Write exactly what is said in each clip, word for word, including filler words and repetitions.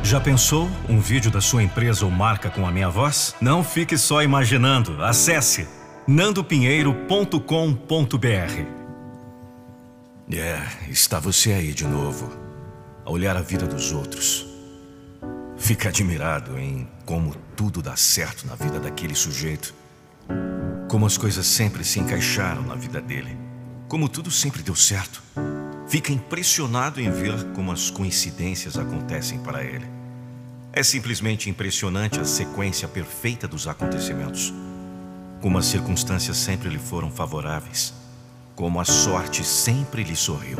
Já pensou um vídeo da sua empresa ou marca com a minha voz? Não fique só imaginando. Acesse nando pinheiro ponto com ponto br. É, está você aí de novo, a olhar a vida dos outros. Fica admirado em como tudo dá certo na vida daquele sujeito. Como as coisas sempre se encaixaram na vida dele. Como tudo sempre deu certo. Fica impressionado em ver como as coincidências acontecem para ele. É simplesmente impressionante a sequência perfeita dos acontecimentos. Como as circunstâncias sempre lhe foram favoráveis. Como a sorte sempre lhe sorriu.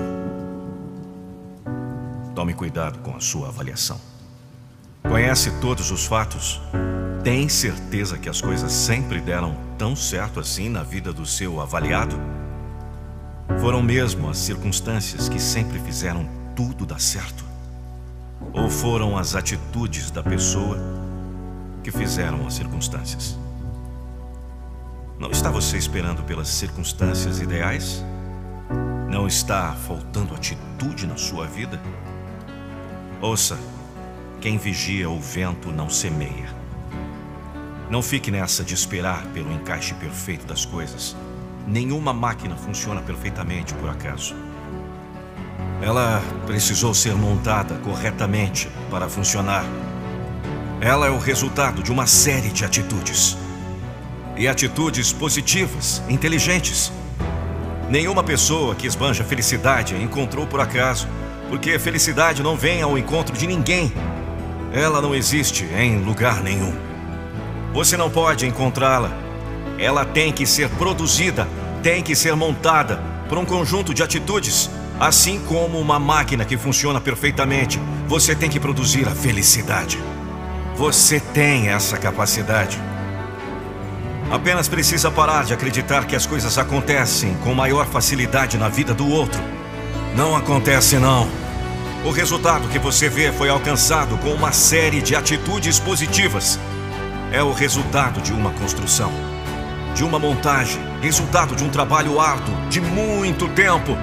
Tome cuidado com a sua avaliação. Conhece todos os fatos? Tem certeza que as coisas sempre deram tão certo assim na vida do seu avaliado? Foram mesmo as circunstâncias que sempre fizeram tudo dar certo? Ou foram as atitudes da pessoa que fizeram as circunstâncias? Não está você esperando pelas circunstâncias ideais? Não está faltando atitude na sua vida? Ouça, quem vigia o vento não semeia. Não fique nessa de esperar pelo encaixe perfeito das coisas. Nenhuma máquina funciona perfeitamente por acaso. Ela precisou ser montada corretamente para funcionar. Ela é o resultado de uma série de atitudes. E atitudes positivas, inteligentes. Nenhuma pessoa que esbanja felicidade a encontrou por acaso, porque a felicidade não vem ao encontro de ninguém. Ela não existe em lugar nenhum. Você não pode encontrá-la. Ela tem que ser produzida, tem que ser montada por um conjunto de atitudes. Assim como uma máquina que funciona perfeitamente, você tem que produzir a felicidade. Você tem essa capacidade. Apenas precisa parar de acreditar que as coisas acontecem com maior facilidade na vida do outro. Não acontece, não. O resultado que você vê foi alcançado com uma série de atitudes positivas. É o resultado de uma construção, de uma montagem, resultado de um trabalho árduo de muito tempo.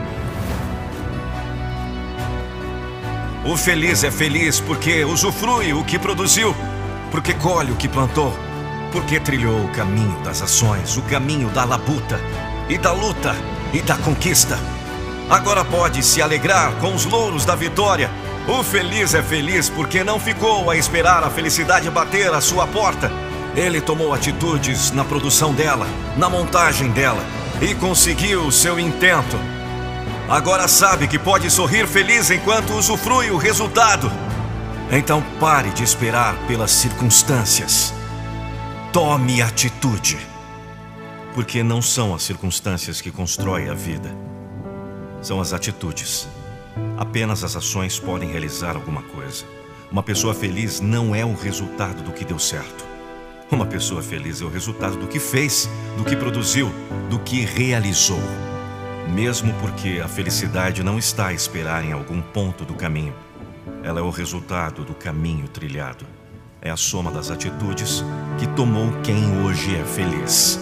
O feliz é feliz porque usufrui o que produziu, porque colhe o que plantou, porque trilhou o caminho das ações, o caminho da labuta, e da luta, e da conquista. Agora pode se alegrar com os louros da vitória. O feliz é feliz porque não ficou a esperar a felicidade bater à sua porta. Ele tomou atitudes na produção dela, na montagem dela, e conseguiu o seu intento. Agora sabe que pode sorrir feliz enquanto usufrui o resultado. Então pare de esperar pelas circunstâncias. Tome atitude. Porque não são as circunstâncias que constroem a vida. São as atitudes. Apenas as ações podem realizar alguma coisa. Uma pessoa feliz não é o resultado do que deu certo. Uma pessoa feliz é o resultado do que fez, do que produziu, do que realizou. Mesmo porque a felicidade não está a esperar em algum ponto do caminho. Ela é o resultado do caminho trilhado. É a soma das atitudes que tomou quem hoje é feliz.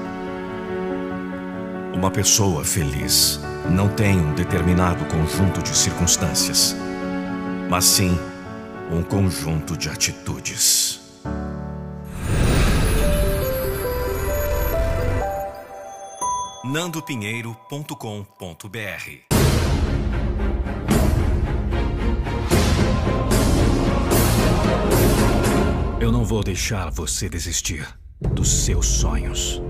Uma pessoa feliz não tem um determinado conjunto de circunstâncias, mas sim um conjunto de atitudes. nando pinheiro ponto com ponto br. Eu não vou deixar você desistir dos seus sonhos.